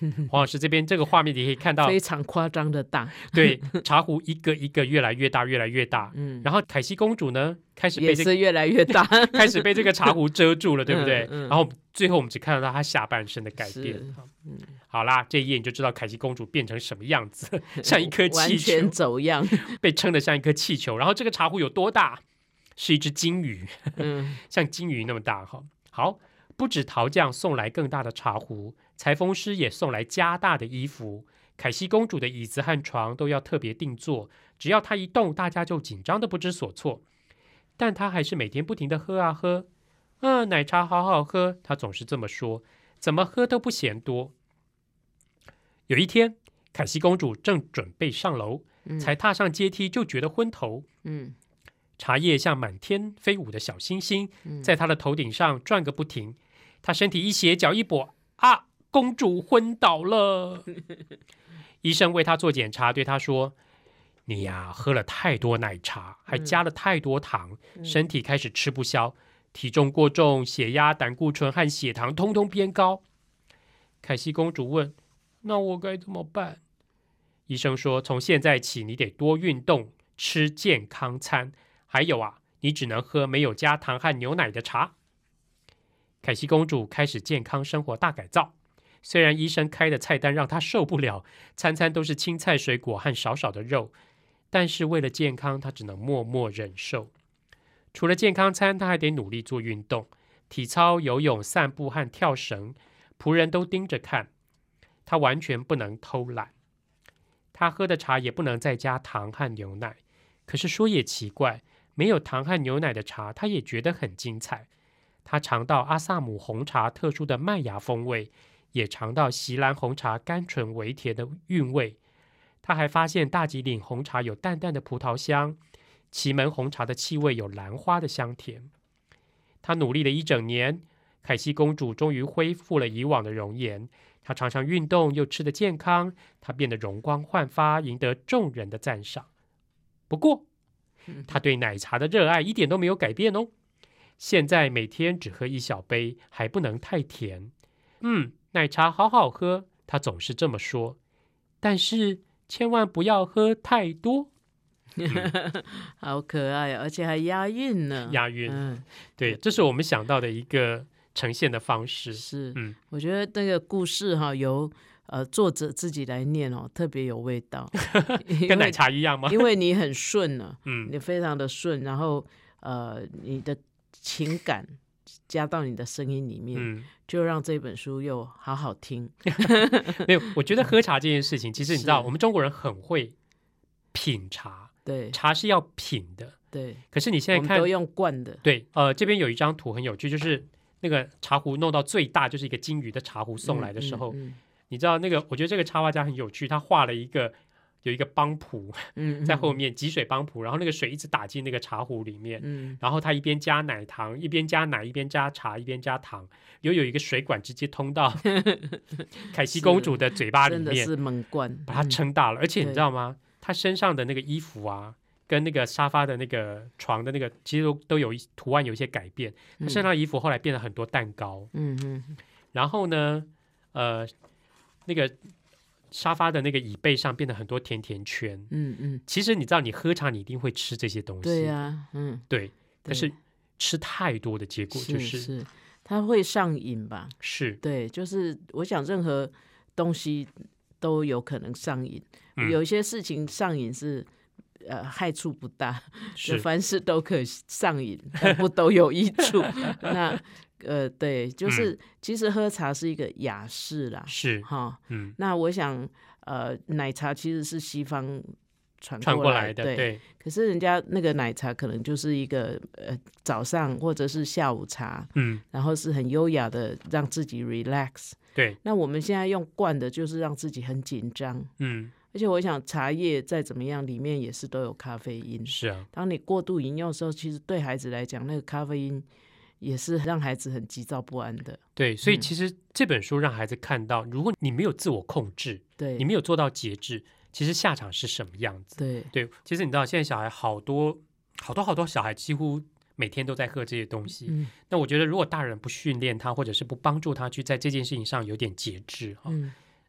黄老师这边这个画面你可以看到非常夸张的大， 对，茶壶一个一个越来越大，越来越大。嗯，然后凯西公主呢，开始被、这个、 也是越来越大， 开始被这个茶壶遮住了，对不对？嗯嗯、然后最后我们只看得到她下半身的改变。嗯，好啦，这一页你就知道凯西公主变成什么样子，像一颗气球， 完全走样， 被撑得像一颗气球。然后这个茶壶有多大？是一只金鱼，嗯、像金鱼那么大。哈，好。不止陶匠送来更大的茶壶，裁缝师也送来加大的衣服。凯西公主的椅子和床都要特别定做，只要她一动，大家就紧张的不知所措。但她还是每天不停的喝啊喝，啊，奶茶好好喝，她总是这么说，怎么喝都不嫌多。有一天，凯西公主正准备上楼，嗯、才踏上阶梯就觉得昏头。嗯。茶叶像满天飞舞的小星星，在她的头顶上转个不停。她身体一斜，脚一跛，啊，公主昏倒了。医生为她做检查，对她说：“你呀，喝了太多奶茶，还加了太多糖，身体开始吃不消，体重过重，血压、胆固醇和血糖通通偏高。”凯西公主问：“那我该怎么办？”医生说：“从现在起，你得多运动，吃健康餐。还有啊，你只能喝没有加糖和牛奶的茶。”凯西公主开始健康生活大改造，虽然医生开的菜单让她受不了，餐餐都是青菜水果和少少的肉，但是为了健康，她只能默默忍受。除了健康餐，她还得努力做运动，体操、游泳、散步和跳绳，仆人都盯着看。她完全不能偷懒。她喝的茶也不能再加糖和牛奶，可是说也奇怪，没有糖和牛奶的茶，他也觉得很精彩。他尝到阿萨姆红茶特殊的麦芽风味，也尝到锡兰红茶甘醇微甜的韵味。他还发现大吉岭红茶有淡淡的葡萄香，祁门红茶的气味有兰花的香甜。他努力了一整年，凯西公主终于恢复了以往的容颜。她常常运动，又吃得健康，她变得容光焕发，赢得众人的赞赏。不过他对奶茶的热爱一点都没有改变哦，现在每天只喝一小杯，还不能太甜。嗯，奶茶好好喝，他总是这么说，但是千万不要喝太多。 嗯、好可爱，而且还押韵呢。 押韵，嗯，对，这是我们想到的一个呈现的方式。 是，嗯，我觉得那个故事哈，由呃，作者自己来念哦，特别有味道， 跟奶茶一样吗？ 因为你很顺了、啊，嗯，你非常的顺，然后呃，你的情感加到你的声音里面，嗯、就让这本书又好好听。 没有，我觉得喝茶这件事情，其实你知道，我们中国人很会品茶， 对， 茶是要品的， 对。 可是你现在看， 都用灌的， 对，呃，这边有一张图很有趣，就是那个茶壶弄到最大，就是一个金鱼的茶壶送来的时候。嗯嗯嗯，你知道那个，我觉得这个插画家很有趣，他画了一个有一个帮浦在后面，集水帮浦，然后那个水一直打进那个茶壶里面，嗯、然后他一边加奶糖，一边加奶，一边加茶，一边加糖，又有一个水管直接通到凯西公主的嘴巴里面， 真的是猛灌， 把它撑大了。嗯、而且你知道吗？他身上的那个衣服啊，跟那个沙发的那个床的那个，其实都都有图案有一些改变。他身上的衣服后来变了很多蛋糕，嗯嗯，然后呢，呃。那个沙发的那个椅背上变得很多甜甜圈，嗯嗯。其实你知道，你喝茶你一定会吃这些东西， 对呀、啊，嗯， 对。但是吃太多的结果就是， 是是它会上瘾吧？ 是， 对，就是我想任何东西都有可能上瘾，嗯、有一些事情上瘾是呃害处不大，是凡事都可上瘾，但不都有益处。那呃，对，就是、嗯、其实喝茶是一个雅事啦， 是哈，嗯，那我想，呃，奶茶其实是西方传传过来的， 对， 对，可是人家那个奶茶可能就是一个呃早上或者是下午茶，嗯，然后是很优雅的让自己 relax， 对， 那我们现在用灌的就是让自己很紧张，嗯。而且我想，茶叶再怎么样，里面也是都有咖啡因。 是啊， 当你过度饮用的时候，其实对孩子来讲，那个咖啡因也是让孩子很急躁不安的。 对，所以其实这本书让孩子看到，如果你没有自我控制， 对， 你没有做到节制，其实下场是什么样子？ 对对，其实你知道，现在小孩好多好多好多小孩几乎每天都在喝这些东西。嗯，那我觉得，如果大人不训练他，或者是不帮助他去在这件事情上有点节制哈。嗯，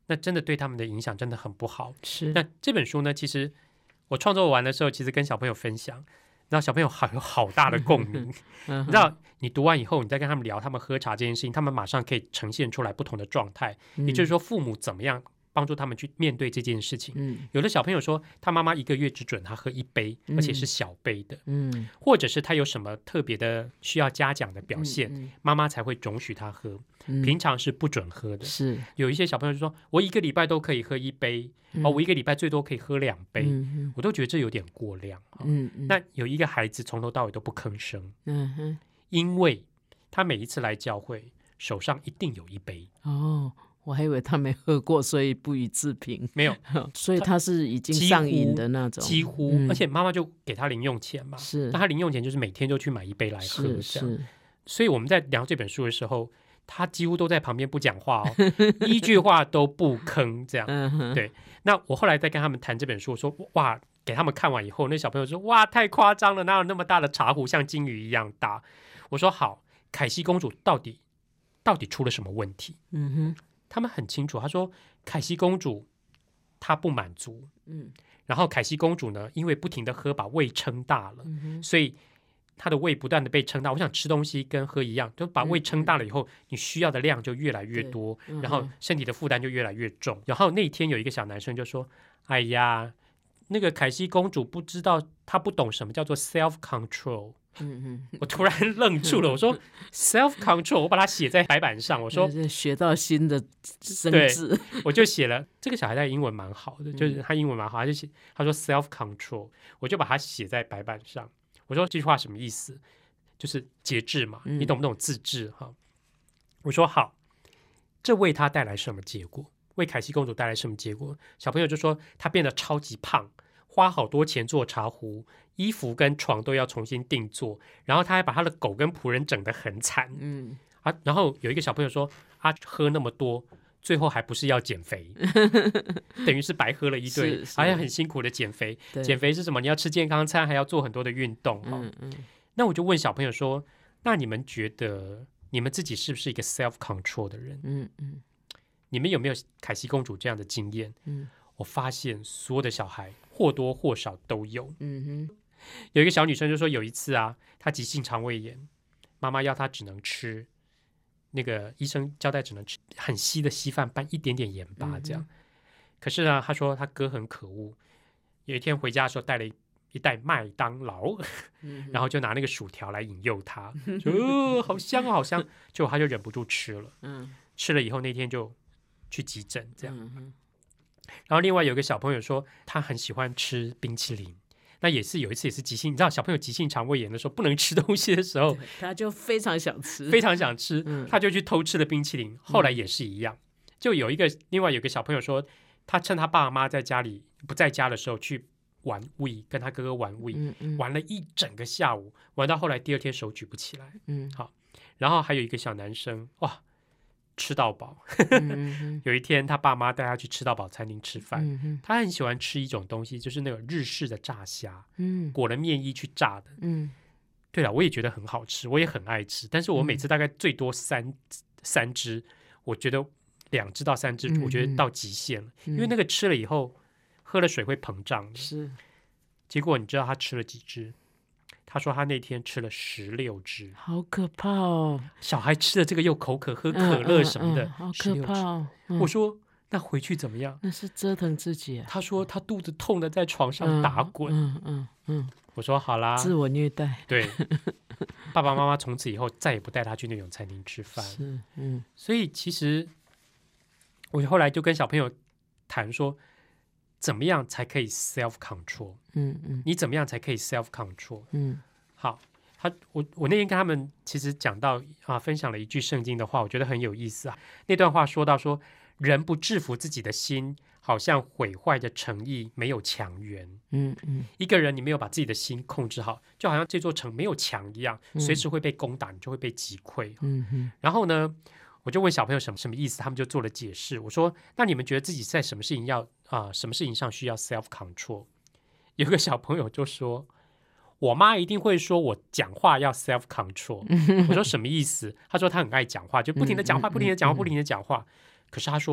那真的对他们的影响真的很不好。 是。 那这本书呢，其实我创作完的时候，其实跟小朋友分享，然后小朋友好有好大的共鸣。你知道，你读完以后，你再跟他们聊他们喝茶这件事情，他们马上可以呈现出来不同的状态。嗯、也就是说，父母怎么样帮助他们去面对这件事情。嗯、有的小朋友说，他妈妈一个月只准他喝一杯，嗯、而且是小杯的。嗯、或者是他有什么特别的需要嘉奖的表现，嗯嗯、妈妈才会容许他喝。嗯、平常是不准喝的。是有一些小朋友就说，我一个礼拜都可以喝一杯。哦，我一个礼拜最多可以喝两杯，嗯、我都觉得这有点过量。嗯嗯、那有一个孩子从头到尾都不吭声，嗯哼，因为他每一次来教会，手上一定有一杯。 哦，我还以为他没喝过，所以不予置评。 没有， 所以他是已经上瘾的那种， 几乎。几乎嗯、而且妈妈就给他零用钱嘛，是，那他零用钱就是每天就去买一杯来喝，这样。是，所以我们在聊这本书的时候，他几乎都在旁边不讲话哦，一句话都不吭，这样。嗯、对。那我后来在跟他们谈这本书，我说哇，给他们看完以后，那小朋友说哇，太夸张了，哪有那么大的茶壶像金鱼一样大？我说好，凯西公主到底到底出了什么问题？嗯哼，他们很清楚，他说凯西公主她不满足，嗯，然后凯西公主呢，因为不停的喝，把胃撑大了，嗯、所以她的胃不断的被撑大。我想吃东西跟喝一样，就把胃撑大了以后，嗯、你需要的量就越来越多，嗯、然后身体的负担就越来越重。然后那天有一个小男生就说：“哎呀，那个凯西公主不知道，她不懂什么叫做 self control。”嗯嗯，我突然愣住了，我说 self control， 我把它写在白板上，我说学到新的生字， 我就写了。这个小孩的英文蛮好的，就是他英文蛮好，他就写他说 self control， 我就把它写在白板上。我说这句话什么意思？就是节制嘛，你懂不懂自制哈？我说好，这为他带来什么结果？为凯西公主带来什么结果？小朋友就说他变得超级胖，花好多钱做茶壶，衣服跟床都要重新定做，然后他还把他的狗跟仆人整得很惨。嗯啊，然后有一个小朋友说啊，喝那么多，最后还不是要减肥，等于是白喝了一顿，还要很辛苦的减肥。减肥是什么？你要吃健康餐，还要做很多的运动。嗯嗯。那我就问小朋友说：“那你们觉得你们自己是不是一个 self control 的人？”嗯嗯。你们有没有凯西公主这样的经验？嗯，我发现所有的小孩或多或少都有。嗯哼。有一个小女生就说，有一次啊，她急性肠胃炎，妈妈要她只能吃。那个医生交代只能吃很稀的稀饭，拌一点点盐巴这样。嗯、可是呢，他说他哥很可恶，有一天回家的时候带了一一袋麦当劳，嗯、然后就拿那个薯条来引诱他，说、哦、好香好香，结果他就忍不住吃了。嗯、吃了以后那天就去急诊这样。嗯、然后另外有一个小朋友说他很喜欢吃冰淇淋。那也是有一次也是急性，你知道小朋友急性肠胃炎的时候不能吃东西的时候， 他就非常想吃， 非常想吃，嗯、他就去偷吃了冰淇淋。后来也是一样，嗯、就有一个另外有一个小朋友说，他趁他爸妈在家里不在家的时候去玩 Wii， 跟他哥哥玩 Wii，嗯嗯、玩了一整个下午，玩到后来第二天手举不起来。嗯，好，然后还有一个小男生，哇。吃到饱，嗯、有一天他爸妈带他去吃到饱餐厅吃饭，嗯、他很喜欢吃一种东西，就是那个日式的炸虾，嗯、裹了面衣去炸的。嗯、对了，我也觉得很好吃，我也很爱吃，但是我每次大概最多三、嗯、三只，我觉得两只到三只，嗯、我觉得到极限了，嗯、因为那个吃了以后喝了水会膨胀的。是，结果你知道他吃了几只？他说他那天吃了十六只， 好可怕哦！ 小孩吃了这个又口渴，喝可乐什么的， 嗯嗯嗯、好可怕哦！ 嗯、我说那回去怎么样？ 那是折腾自己、啊。 他说他肚子痛的在床上打滚。嗯嗯 嗯, 嗯我说好啦， 自我虐待。 对，爸爸妈妈从此以后再也不带他去那种餐厅吃饭。是，嗯。所以其实我后来就跟小朋友谈说，怎么样才可以 self control？ 嗯嗯，你怎么样才可以 self control？ 嗯，好，他我我那天跟他们其实讲到啊，分享了一句圣经的话，我觉得很有意思啊。那段话说到说，人不制服自己的心，好像毁坏的城邑没有墙垣。嗯嗯，一个人你没有把自己的心控制好，就好像这座城没有墙一样，随时会被攻打，你就会被击溃。嗯嗯，然后呢？我就问小朋友什么什么意思，他们就做了解释。我说：“那你们觉得自己在什么事情要啊、呃，什么事情上需要 self control？” 有个小朋友就说：“我妈一定会说我讲话要 self control。”我说：“什么意思？”他说：“他很爱讲话，就不停的讲话，不停的讲话，不停的讲话。可是他说，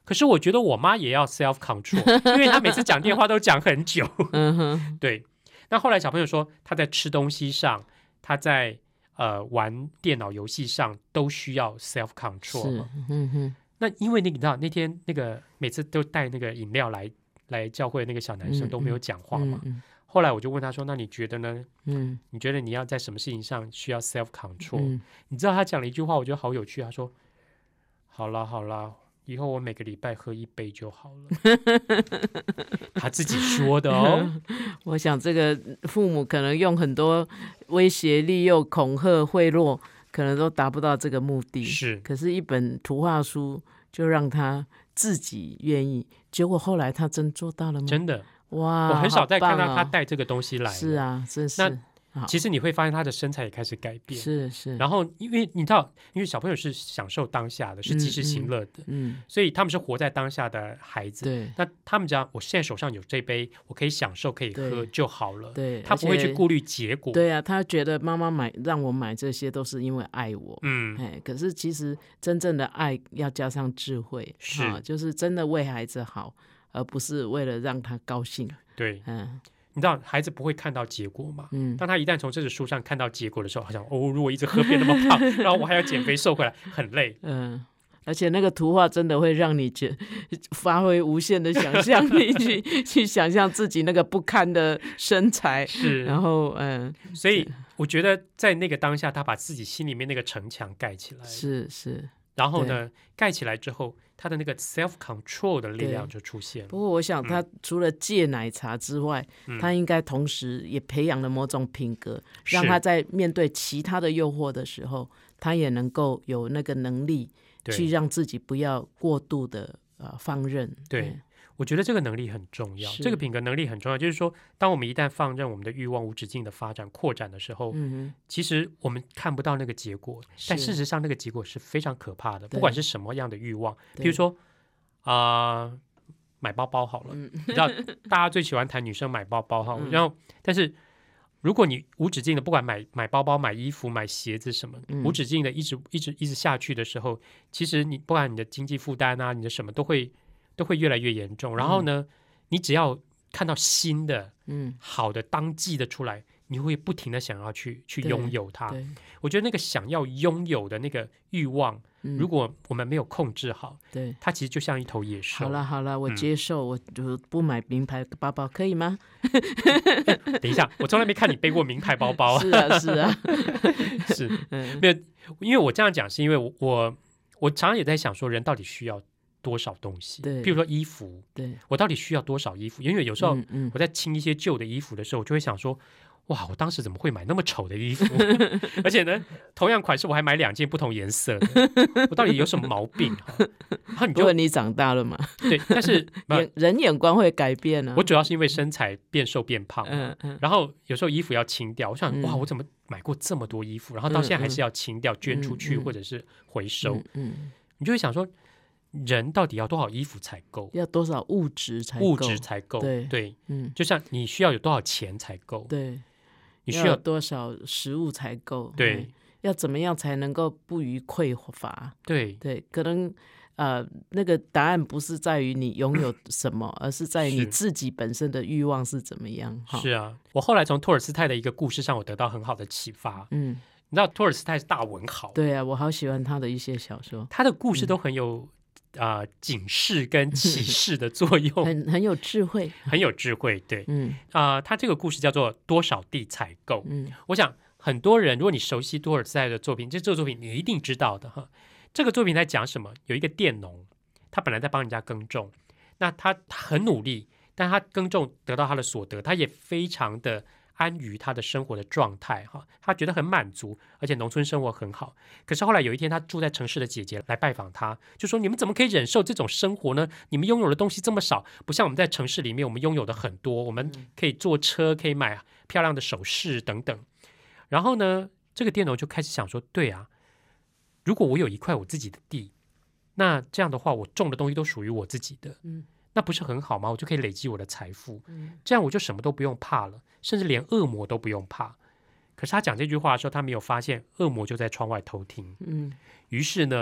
可是我觉得我妈也要 self control， 因为她每次讲电话都讲很久。嗯哼，对。那后来小朋友说，他在吃东西上，他在呃玩电脑游戏上都需要 self control。嗯哼。那因为那个你知道那天那个每次都带那个饮料来来教会那个小男生都没有讲话嘛。嗯嗯嗯，后来我就问他说：“那你觉得呢？嗯，你觉得你要在什么事情上需要 self control？” 嗯，你知道他讲了一句话，我觉得好有趣。他说：“好啦好啦，以后我每个礼拜喝一杯就好了。”他自己说的哦。 我想这个父母可能用很多威胁、利诱、恐吓、贿赂，可能都达不到这个目的。 是， 可是一本图画书就让他自己愿意，结果后来他真做到了吗？ 真的。 哇， 我很少再看到他带这个东西来了。 是啊，真是。 那其实你会发现他的身材也开始改变。 是是。 然后因为你知道，因为小朋友是享受当下的，是及时行乐的，嗯，嗯，所以他们是活在当下的孩子。 对。 那他们讲，我现在手上有这杯，我可以享受，可以喝就好了。 对。 他不会去顾虑结果。 对啊，他觉得妈妈买让我买这些都是因为爱我。嗯。哎，可是其实真正的爱要加上智慧， 是， 啊，就是真的为孩子好。而不是为了让他高兴。 对，嗯，你知道孩子不会看到结果嘛？嗯，当他一旦从这个书上看到结果的时候，好像哦，如果一直喝变那么胖，然后我还要减肥瘦回来，很累。 嗯，而且那个图画真的会让你觉发挥无限的想象力，去去想象自己那个不堪的身材。 是， 然后嗯， 所以我觉得在那个当下，他把自己心里面那个城墙盖起来。 是是。 然后呢，盖起来之后，他的那个 self control 的力量就出现了。 不过我想他除了戒奶茶之外，嗯，他应该同时也培养了某种品格，让他在面对其他的诱惑的时候，他也能够有那个能力去让自己不要过度的呃放任。 对，嗯，我觉得这个能力很重要，这个品格能力很重要。就是说，当我们一旦放任我们的欲望无止境的发展扩展的时候，嗯，其实我们看不到那个结果，但事实上那个结果是非常可怕的。不管是什么样的欲望，比如说啊，呃，买包包好了，嗯，你知道大家最喜欢谈女生买包包哈，嗯，然后但是如果你无止境的不管买买包包、买衣服、买鞋子什么，嗯，无止境的一直一直一直下去的时候，其实你不管你的经济负担啊，你的什么都会。都会越来越严重。然后呢，嗯，你只要看到新的、嗯，好的、当季的出来，你会不停的想要去去拥有它。我觉得那个想要拥有的那个欲望，嗯，如果我们没有控制好， 对， 它其实就像一头野兽。 好了好了，我接受，嗯，我就不买名牌包包，可以吗？ 等一下，我从来没看你背过名牌包包。 是啊是啊， 是，嗯，没有，因为我这样讲是因为我我我常常也在想说，人到底需要多少东西？ 对， 比如说衣服， 对， 我到底需要多少衣服？因为有时候我在清一些旧的衣服的时候，我就会想说，哇，我当时怎么会买那么丑的衣服？而且呢，同样款式我还买两件不同颜色的，我到底有什么毛病？然后你就你长大了嘛？ 对，但是人眼光会改变啊。 我主要是因为身材变瘦变胖，嗯嗯，然后有时候衣服要清掉，我想，嗯，哇，我怎么买过这么多衣服？然后到现在还是要清掉、捐出去，或者是回收。嗯，嗯，你就会想说，人到底要多少衣服才够？ 要多少物质才够？ 物质才够？ 对对，嗯，就像你需要有多少钱才够？ 对， 你需要有多少食物才够？ 对， 要怎么样才能够不予匮乏？ 对对，可能呃，那个答案不是在于你拥有什么，而是在于你自己本身的欲望是怎么样。 是啊，我后来从托尔斯泰的一个故事上，我得到很好的启发。嗯。你知道托尔斯泰是大文豪， 对啊，我好喜欢他的一些小说， 他的故事都很有。啊、呃，警示跟启示的作用， 很很有智慧， 很有智慧，对，嗯啊、呃，他这个故事叫做多少地采购，嗯，我想很多人，如果你熟悉多尔斯泰的作品，这这个作品你一定知道的哈。这个作品在讲什么？有一个佃农，他本来在帮人家耕种，那他很努力，但他耕种得到他的所得，他也非常的安于他的生活的状态哈，他觉得很满足，而且农村生活很好。可是后来有一天，他住在城市的姐姐来拜访他，就说：“你们怎么可以忍受这种生活呢？你们拥有的东西这么少，不像我们在城市里面，我们拥有的很多，我们可以坐车，可以买漂亮的首饰等等。”然后呢，这个佃农就开始想说：“对啊，如果我有一块我自己的地，那这样的话，我种的东西都属于我自己的。”嗯，那不是很好吗？我就可以累积我的财富，嗯，这样我就什么都不用怕了，甚至连恶魔都不用怕。可是他讲这句话的时候，他没有发现恶魔就在窗外偷听，嗯，于是呢，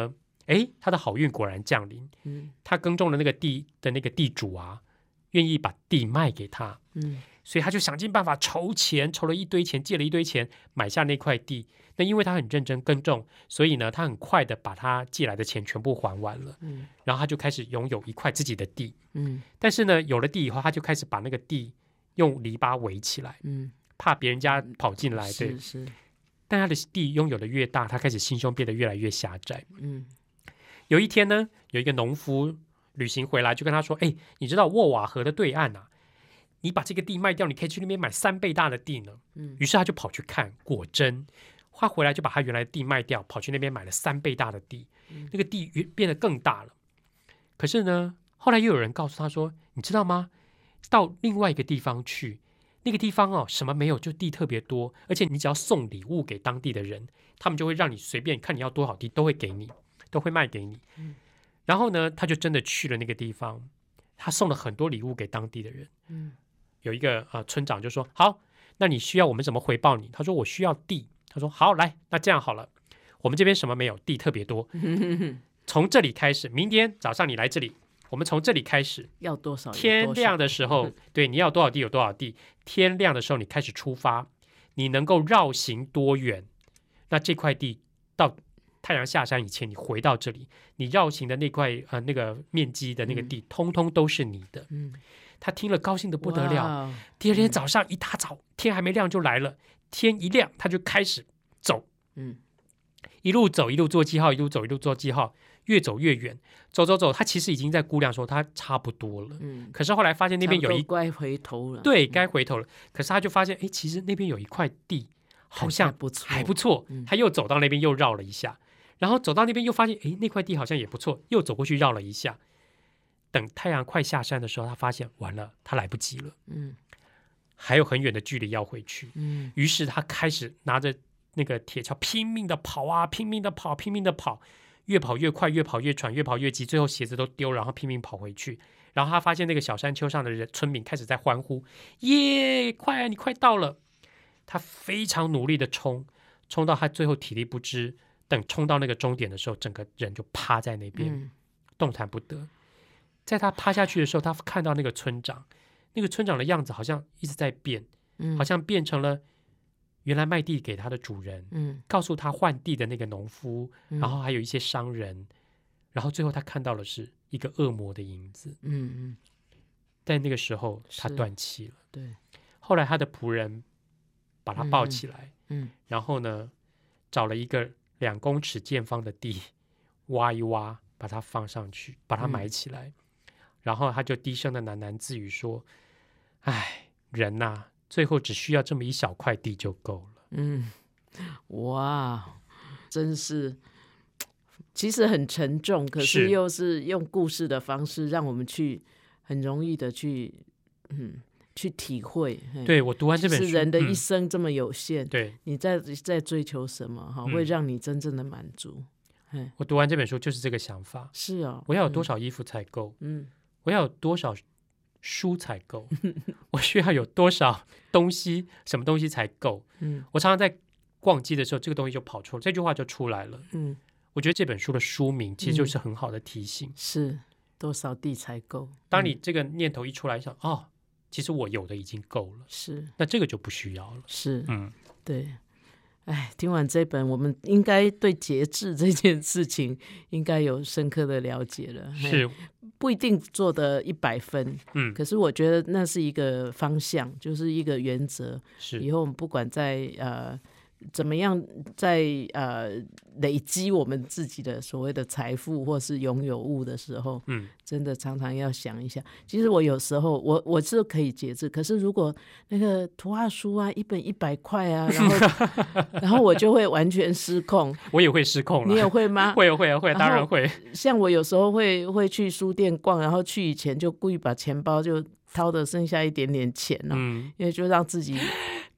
哎，他的好运果然降临。 嗯， 他耕种的那个地的那个地主啊，愿意把地卖给他。 嗯， 所以他就想尽办法筹钱，筹了一堆钱，借了一堆钱买下那块地。那因为他很认真耕种，所以呢，他很快的把他借来的钱全部还完了。 嗯， 然后他就开始拥有一块自己的地。 嗯， 但是呢，有了地以后，他就开始把那个地用篱笆围起来。 嗯， 怕别人家跑进来。对， 是是。 但他的地拥有的越大，他开始心胸变得越来越狭窄。 嗯， 有一天呢，有一个农夫旅行回来，就跟他说：“哎，你知道沃瓦河的对岸啊，你把这个地卖掉，你可以去那边买三倍大的地呢。”嗯，于是他就跑去看，果真，他回来就把他原来的地卖掉，跑去那边买了三倍大的地。嗯，那个地变得更大了。可是呢，后来又有人告诉他说：“你知道吗？到另外一个地方去。”那个地方哦，什么没有，就地特别多，而且你只要送礼物给当地的人，他们就会让你随便看你要多少地，都会给你，都会卖给你。嗯，然后呢，他就真的去了那个地方，他送了很多礼物给当地的人。嗯，有一个呃村长就说：“好，那你需要我们怎么回报你？”他说：“我需要地。”他说：“好，来，那这样好了，我们这边什么没有，地特别多，从这里开始，明天早上你来这里。”我们从这里开始， 要多少？ 天亮的时候，对，你要多少地有多少地。天亮的时候，你开始出发，你能够绕行多远？那这块地到太阳下山以前，你回到这里，你绕行的那块呃那个面积的那个地，嗯、通通都是你的。嗯，他听了高兴的不得了。第二天早上一大早，天还没亮就来了。天一亮，他就开始走。嗯，一路走一路做记号，一路走一路做记号。越走越远，走走走，他其实已经在估量说他差不多了。嗯，可是后来发现那边有一该回头了， 对，该回头了。可是他就发现，哎，其实那边有一块地，好像不错， 还不错。嗯，他又走到那边，又绕了一下，然后走到那边又发现，哎，那块地好像也不错，又走过去绕了一下。等太阳快下山的时候，他发现完了，他来不及了。嗯，还有很远的距离要回去。嗯，于是他开始拿着那个铁锹，拼命的跑啊，拼命的跑，拼命的跑。越跑越快，越跑越喘，越跑越急，最后鞋子都丢，然后拼命跑回去。然后他发现那个小山丘上的人村民开始在欢呼：“耶，快啊，你快到了！”他非常努力的冲，冲到他最后体力不支，等冲到那个终点的时候，整个人就趴在那边，嗯、动弹不得。在他趴下去的时候，他看到那个村长，那个村长的样子好像一直在变，嗯、好像变成了。原来卖地给他的主人，嗯，告诉他换地的那个农夫，嗯、然后还有一些商人，然后最后他看到的是一个恶魔的影子，嗯嗯。但那个时候他断气了， 对。 后来他的仆人把他抱起来，嗯，嗯然后呢，找了一个两公尺见方的地，挖一挖，把它放上去，把它埋起来，嗯、然后他就低声的喃喃自语说：“哎，人呐、啊。”最后只需要这么一小块地就够了。 嗯，哇，真是，其实很沉重，可是又是用故事的方式，让我们去很容易的去，嗯，去体会。 对，我读完这本书， 是人的一生这么有限， 嗯、对， 你在在追求什么哈，会让你真正的满足。 嗯、我读完这本书就是这个想法。 是啊， 我要有多少衣服才够？嗯，我要有多少？书才够，我需要有多少东西，什么东西才够？嗯，我常常在逛街的时候，这个东西就跑出来，这句话就出来了。嗯，我觉得这本书的书名其实就是很好的提醒，嗯、 是多少地才够？ 当你这个念头一出来，想哦，其实我有的已经够了， 是， 那这个就不需要了。 是，嗯，对。哎，听完这本，我们应该对节制这件事情应该有深刻的了解了。 是， 不一定做得一百分，嗯，可是我觉得那是一个方向，就是一个原则。 是， 以后我们不管在呃怎么样在呃累积我们自己的所谓的财富或是拥有物的时候，嗯，真的常常要想一下。其实我有时候我我是可以节制，可是如果那个图画书啊一本一百块啊，然后然后我就会完全失控。 我也会失控了， 你也会吗？ 会会会，当然会。 像我有时候会会去书店逛，然后去以前就故意把钱包就掏的剩下一点点钱了，哦，嗯，因为就让自己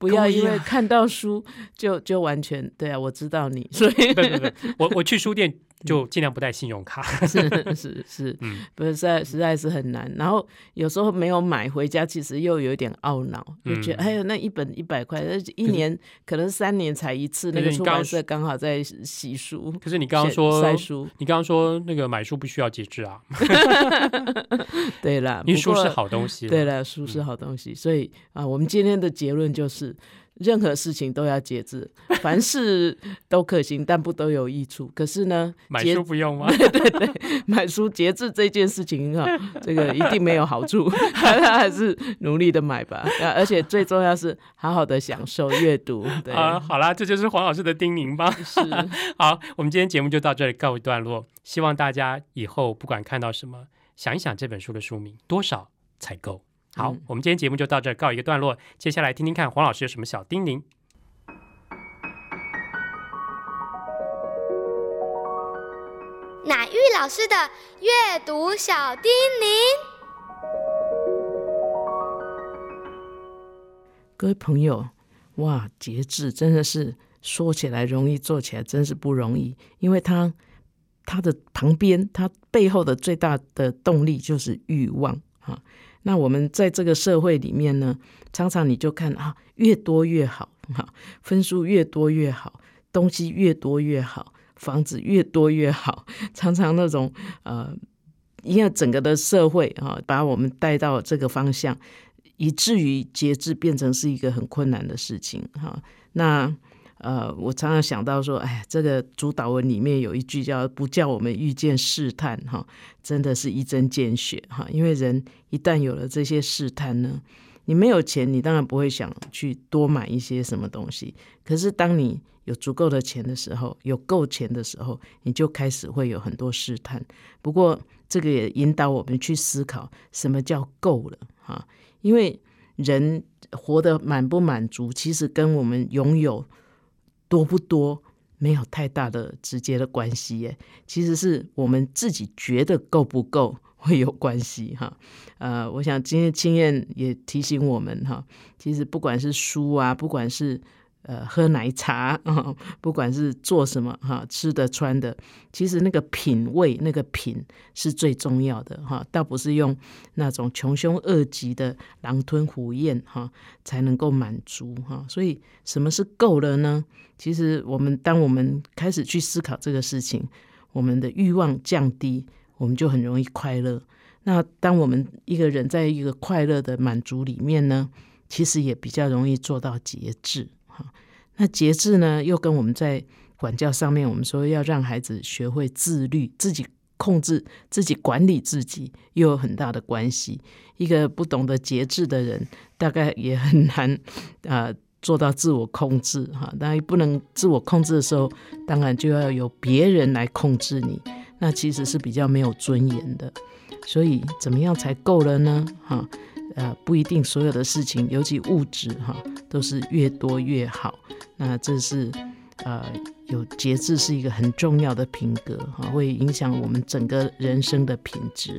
不要因为看到书就就完全对啊，我知道你，所以对对对，我我去书店就尽量不带信用卡， 是是是，嗯，不是实在实在是很难。然后有时候没有买回家，其实又有一点懊恼，就觉得哎呦，那一本一百块，一年可能三年才一次，那个出版社刚好在洗书。 可是你刚刚说晒书， 你刚刚说那个买书不需要节制啊？ 对啦， 因为书是好东西。 对了，书是好东西，嗯、所以啊，我们今天的结论就是。任何事情都要节制，凡事都可行，但不都有益处。可是呢， 买书不用吗？ 对对对，买书节制这件事情哈，这个一定没有好处，还是努力的买吧。而且最重要是好好的享受阅读。对啊，好啦，这就是黄老师的叮咛吧。 是， 好，我们今天节目就到这里告一段落。希望大家以后不管看到什么，想一想这本书的书名多少才够。好、嗯，我们今天节目就到这儿告一个段落，接下来听听看黄老师有什么小叮咛。 乃玉老师的阅读小叮咛。 各位朋友，哇，节制真的是说起来容易，做起来真是不容易，因为它它的旁边，它背后的最大的动力就是欲望啊。那我们在这个社会里面呢，常常你就看啊，越多越好，分数越多越好，东西越多越好，房子越多越好，常常那种呃，因为整个的社会啊，把我们带到这个方向，以至于节制变成是一个很困难的事情哈。那呃，我常常想到说，哎，这个主导文里面有一句叫"不叫我们遇见试探"哈，真的是一针见血哈。因为人一旦有了这些试探呢，你没有钱，你当然不会想去多买一些什么东西。可是当你有足够的钱的时候，有够钱的时候，你就开始会有很多试探。不过这个也引导我们去思考，什么叫够了哈？因为人活得满不满足，其实跟我们拥有多不多没有太大的直接的关系耶，其实是我们自己觉得够不够会有关系哈。呃，我想今天青燕也提醒我们哈，其实不管是书啊，不管是呃喝奶茶啊，不管是做什么哈，吃的穿的，其实那个品味那个品是最重要的哈，倒不是用那种穷凶恶极的狼吞虎咽哈才能够满足哈。所以什么是够了呢？其实我们当我们开始去思考这个事情，我们的欲望降低，我们就很容易快乐。那当我们一个人在一个快乐的满足里面呢，其实也比较容易做到节制。那节制呢，又跟我们在管教上面，我们说要让孩子学会自律，自己控制自己，管理自己，又有很大的关系。一个不懂得节制的人，大概也很难呃做到自我控制哈。当然不能自我控制的时候，当然就要有别人来控制你，那其实是比较没有尊严的。所以怎么样才够了呢？哈。呃，不一定所有的事情，尤其物质哈，都是越多越好。那这是呃，有节制是一个很重要的品格哈，会影响我们整个人生的品质。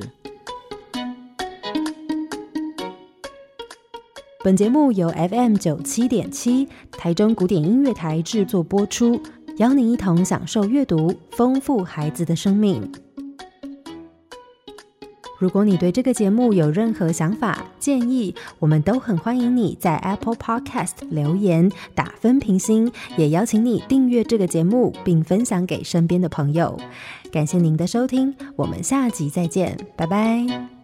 本节目由 F M 九七点七 台中古典音乐台制作播出，邀您一同享受阅读，丰富孩子的生命。如果你对这个节目有任何想法建议，我们都很欢迎你在 Apple Podcast 留言打分评星，也邀请你订阅这个节目并分享给身边的朋友。感谢您的收听，我们下集再见，拜拜。